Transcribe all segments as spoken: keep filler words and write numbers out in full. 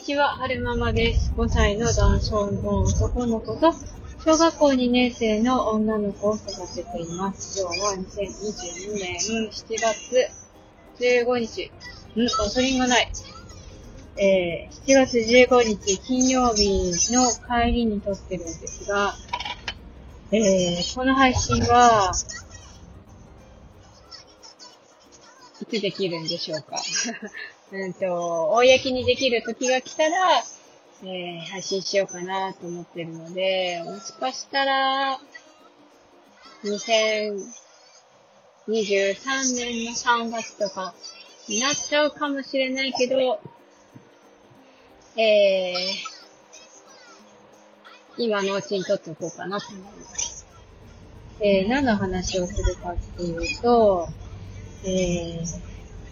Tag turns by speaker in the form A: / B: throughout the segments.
A: ちは、はるままです。ごさいの男性の男の子と、小学校にねん生の女の子を育てています。今日はにせんにじゅうにねんしちがつじゅうごにち。んガソリンがない。えー、しちがつじゅうごにち金曜日の帰りに撮ってるんですが、えー、この配信は、いつできるんでしょうか。うんと、公にできる時が来たら、えー、配信しようかなと思ってるので、もしかしたら、にせんにじゅうさんねんのさんがつとかになっちゃうかもしれないけど、えー、今のうちに撮っておこうかなと思います。えー、何の話をするかっていうと、えー、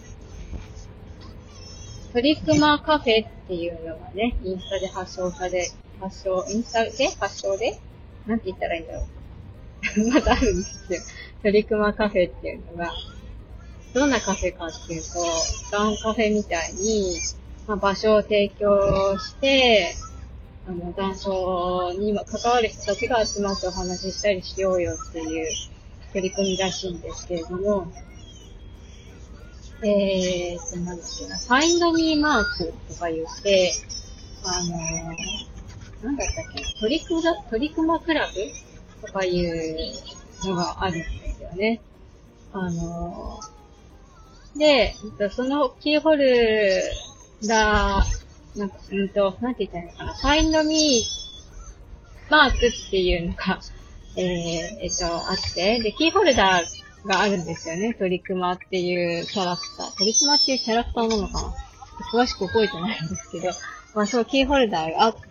A: トリクマカフェっていうのがね、インスタで発祥され、発祥、インスタで発祥でなんて言ったらいいんだろう。まだあるんですよ。トリクマカフェっていうのが、どんなカフェかっていうと、ガンカフェみたいに、まあ、場所を提供して、あの、男性に関わる人たちが集まってお話ししたりしようよっていう取り組みらしいんですけれども、えーと、なんだっけな、ファインドミーマークとか言って、あのー、なんだったっけな、トリクマ、トリクマクラブとかいうのがあるんですよね。あのー、で、そのキーホルダー、なんか、うんと、なんて言ったらいいのかな、ファインドミーマークっていうのが、えー、えっと、あって、で、キーホルダー、があるんですよね。トリクマっていうキャラクター。トリクマっていうキャラクターなのかな詳しく覚えてないんですけど。まあそう、キーホルダーがあって、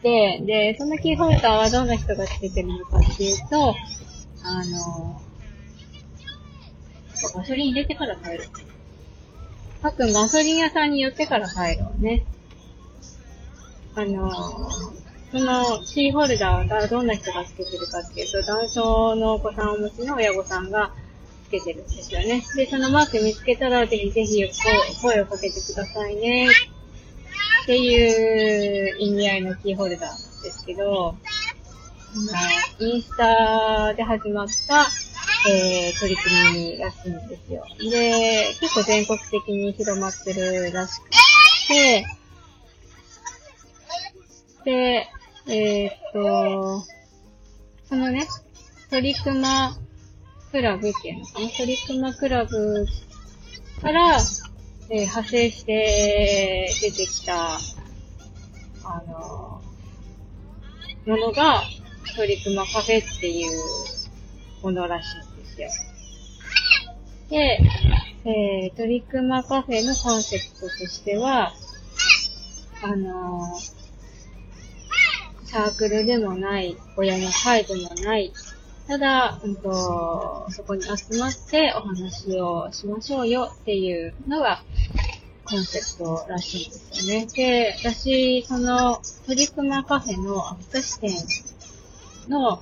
A: で、そのキーホルダーはどんな人がつけてるのかっていうと、あの、ガソリン入れてから帰ろう。たぶんガソリン屋さんに寄ってから帰ろうね。あの、そのキーホルダーがどんな人がつけてるかっていうと、男性のお子さんをお持ちの親御さんがつけてるんですよね。で、そのマーク見つけたら、ぜひぜひ声をかけてくださいね。っていう意味合いのキーホルダーなんですけど、インスタで始まった、えー、取り組みらしいんですよ。で、結構全国的に広まってるらしくて、で、えー、っと、そのね、トリクマクラブっていうのかな。トリクマクラブから、えー、派生して出てきた、あのー、ものがトリクマカフェっていうものらしいんですよ。で、えー、トリクマカフェのコンセプトとしては、あのー、サークルでもない、親の会でもない、ただ、うんと、そこに集まってお話をしましょうよっていうのがコンセプトらしいんですよね。で、私、そのトリクマカフェの秋田支店の、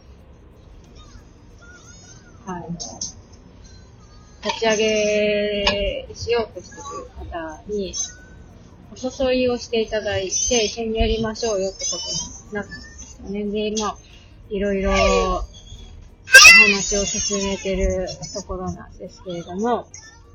A: あの、立ち上げしようとしてる方にお誘いをしていただいて、一緒にやりましょうよってことになったんですよね。で、まあ、いろいろ、お話を進めてるところなんですけれども、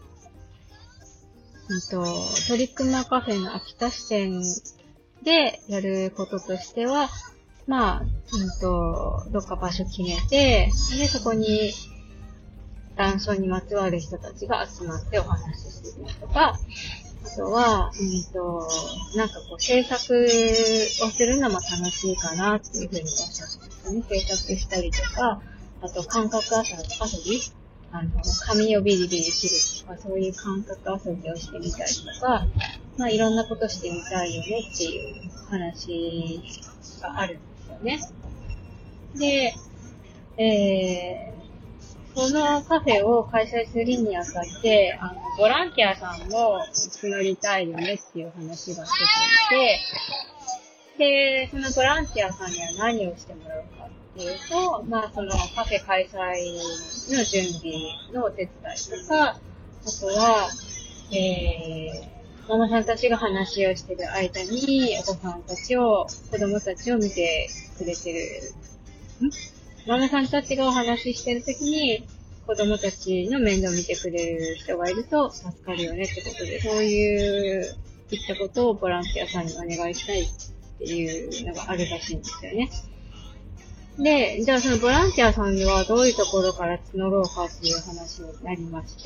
A: うんと、トリクマカフェの秋田支店でやることとしては、まあ、うんと、どっか場所決めて、で、そこに男性にまつわる人たちが集まってお話しするとか、あとは、うんと、なんかこう制作をするのも楽しいかなっていうふうにおっしゃってますね。制作したりとか、あと感覚遊びあの、紙をビリビリ切るとか、そういう感覚遊びをしてみたりとか、まあいろんなことしてみたいよねっていう話があるんですよね。で、えー、このカフェを開催するにあたって、あの、ボランティアさんも募りたいよねっていう話が出ていて、で、そのボランティアさんには何をしてもらうかっていうと、まあそのカフェ開催の準備のお手伝いとか、あとは、えママさんたちが話をしてる間に、お子さんたちを、子供たちを見てくれてる。んママさんたちがお話ししてるときに、子供たちの面倒を見てくれる人がいると助かるよねってことで、そういう、いったことをボランティアさんにお願いしたいっていうのがあるらしいんですよね。で、じゃあそのボランティアさんにはどういうところから募ろうかっていう話になりまして、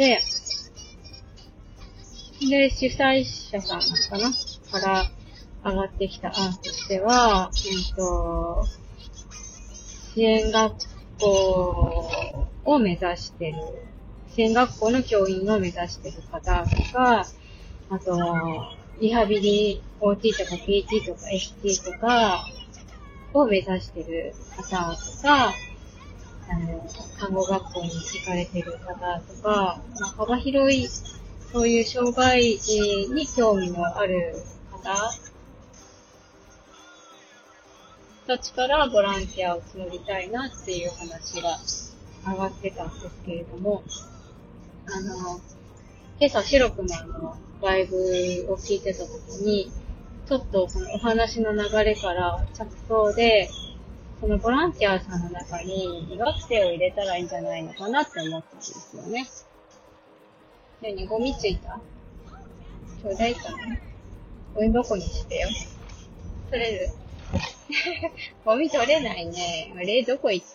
A: で、主催者さんかなから上がってきた案としては、うんと、支援学校を目指してる、支援学校の教員を目指してる方とか、あとは、リハビリ オーティー とか ピーティー とか エスティー とかを目指してる方とか、あの、看護学校に行かれてる方とか、まあ、幅広い、そういう障害児に興味のある方たちからボランティアを募りたいなっていう話が上がってたんですけれども、あの、今朝白くまのライブを聞いてたときに、ちょっとこのお話の流れから着想で、そのボランティアさんの中に医学生を入れたらいいんじゃないのかなって思ったんですよね。でね、ゴミついた？ちょうだいかな。ゴミ箱にしてよ。取れる？ゴミ取れないね。あれ、どこ行った？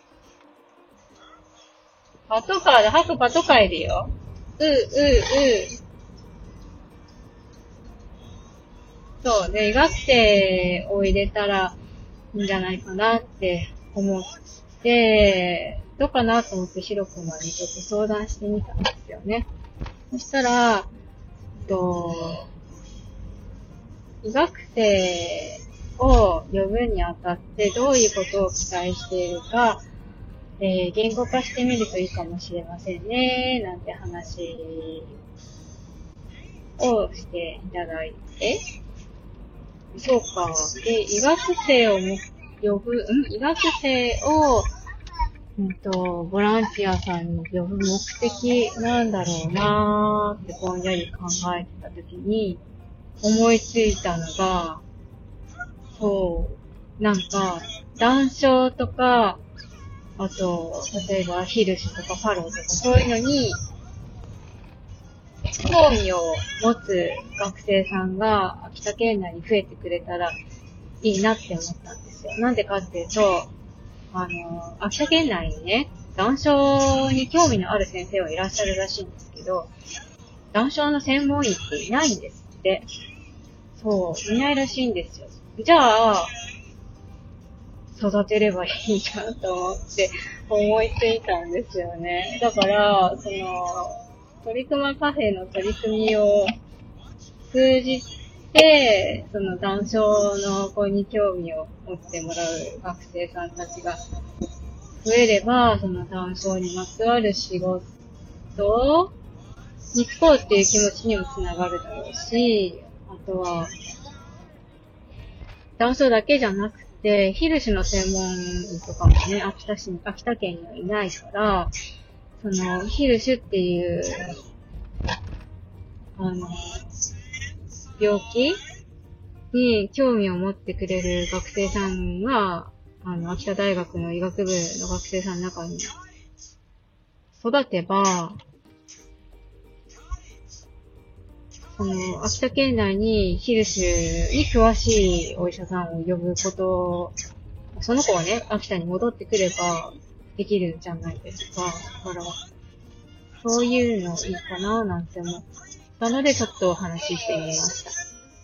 A: パトカーで、吐くパトカーいるよ。う、う、う。そう。で、医学生を入れたらいいんじゃないかなって思って、どうかなと思ってヒロ君までちょっと相談してみたんですよね。そしたら、えっと、医学生を呼ぶにあたってどういうことを期待しているか、えー、言語化してみるといいかもしれませんね、なんて話をしていただいて、そうか。で、医学生を呼ぶ、ん医学生を、うんと、ボランティアさんに呼ぶ目的なんだろうなーってぼんやり考えてたときに、思いついたのが、そう、なんか、談笑とか、あと、例えばヒルシュとかファローとかそういうのに、興味を持つ学生さんが秋田県内に増えてくれたらいいなって思ったんですよ。なんでかっていうと、あの、秋田県内にね、談笑に興味のある先生はいらっしゃるらしいんですけど、談笑の専門医っていないんですって。そう、いないらしいんですよ。じゃあ、育てればいいじゃんと思って思いついたんですよね。だから、その、鳥熊カフェの取り組みを通じて、その談笑の子に興味を持ってもらう学生さんたちが増えれば、その談笑にまつわる仕事に就こうっていう気持ちにもつながるだろうし、あとは、談笑だけじゃなくて、ヒルシュの専門医とかもね、秋田市に、秋田県にはいないから、その、ヒルシュっていう、あの、病気に興味を持ってくれる学生さんが、あの、秋田大学の医学部の学生さんの中に育てば、その、秋田県内にヒルシュに詳しいお医者さんを呼ぶこと、その子はね、秋田に戻ってくればできるじゃないですか。だから、そういうのいいかななんて思ったので、ちょっとお話ししてみました。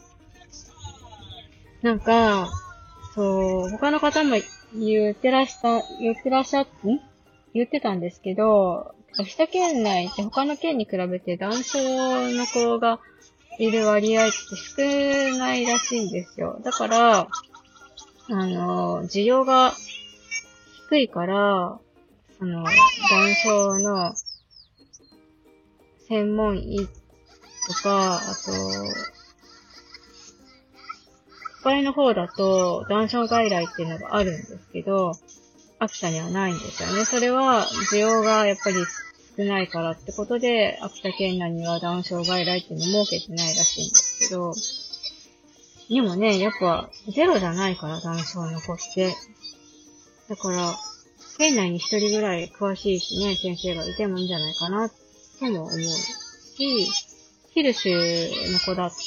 A: なんか、そう、他の方も言ってらした、言ってらっしゃっ、ん言ってたんですけど、秋田県内って他の県に比べて男性の子がいる割合って少ないらしいんですよ。だから、あの、需要が低いから、あの、男性の専門医とか、あと、都会の方だと、男性外来っていうのがあるんですけど、秋田にはないんですよね。それは、需要がやっぱり少ないからってことで、秋田県内にはダウン障害来っていうのを設けてないらしいんですけど、でもね、やっぱゼロじゃないからダウン症の子って。だから、県内に一人ぐらい詳しいしね、先生がいてもいいんじゃないかな、とも思うし、ヒルスの子だって、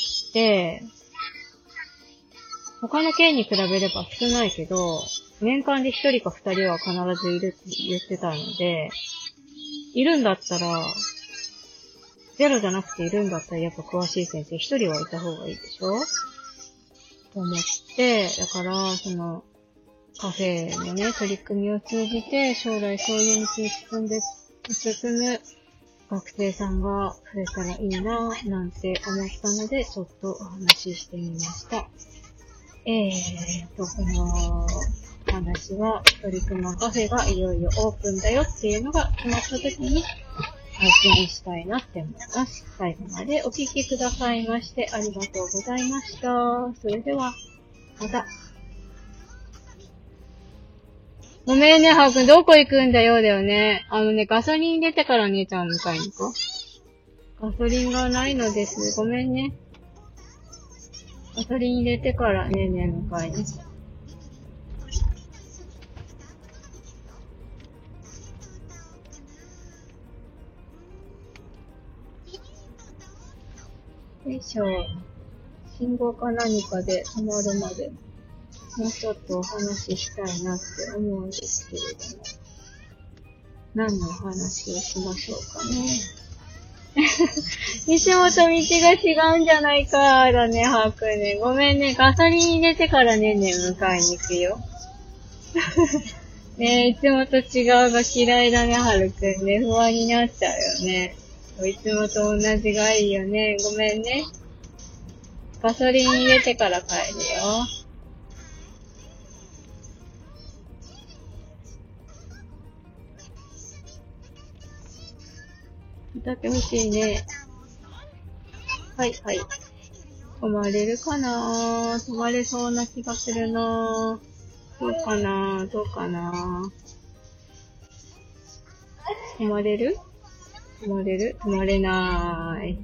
A: 他の県に比べれば少ないけど、年間で一人か二人は必ずいるって言ってたので、いるんだったら、ゼロじゃなくているんだったらやっぱ詳しい先生一人はいた方がいいでしょと思って、だから、その、カフェのね、取り組みを通じて、将来そういう道に進んで、進む学生さんが増えたらいいな、なんて思ったので、ちょっとお話ししてみました。えーと、この話は、トリクマカフェがいよいよオープンだよっていうのが決まった時に配信したいなって思います。最後までお聞きくださいましてありがとうございました。それでは、また。ごめんね、ハーくん、どこ行くんだよ、だよね。あのね、ガソリン入れてから姉ちゃんを迎えに行こう。ガソリンがないのです。ごめんね。ガソリン入れてからねね迎えに行こう。よいしょ。信号か何かで止まるまで。もうちょっとお話ししたいなって思うんですけれども。何のお話をしましょうかね。西本道が違うんじゃないかだね、ハーくんね。ごめんね、ガソリン入れてからねんねん迎えに行くよ。ねえ、いつもと違うが嫌いだね、ハルくんね。不安になっちゃうよね。いつもと同じがいいよね。ごめんね。ガソリン入れてから帰るよ。歌ってほしいね。はいはい。止まれるかなぁ。止まれそうな気がするなぁ。どうかなぁ。どうかなぁ。止まれる止まれる止まれなーい。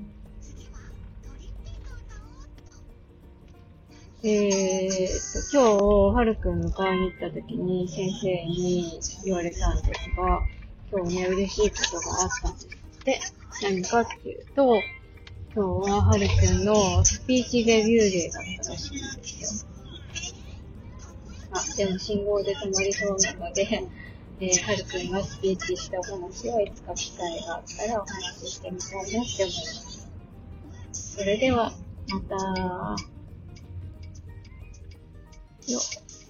A: えーっと、今日、はるくん迎えに行った時に先生に言われたんですが、今日ね、嬉しいことがあったんですって。何かっていうと、今日ははるくんのスピーチデビューデーだったらしいんですよ。あ、でも信号で止まりそうなので、えー、はるくんがスピーチしたお話をいつか機会があったらお話ししてみたいなって思います。それでは、また。よっ。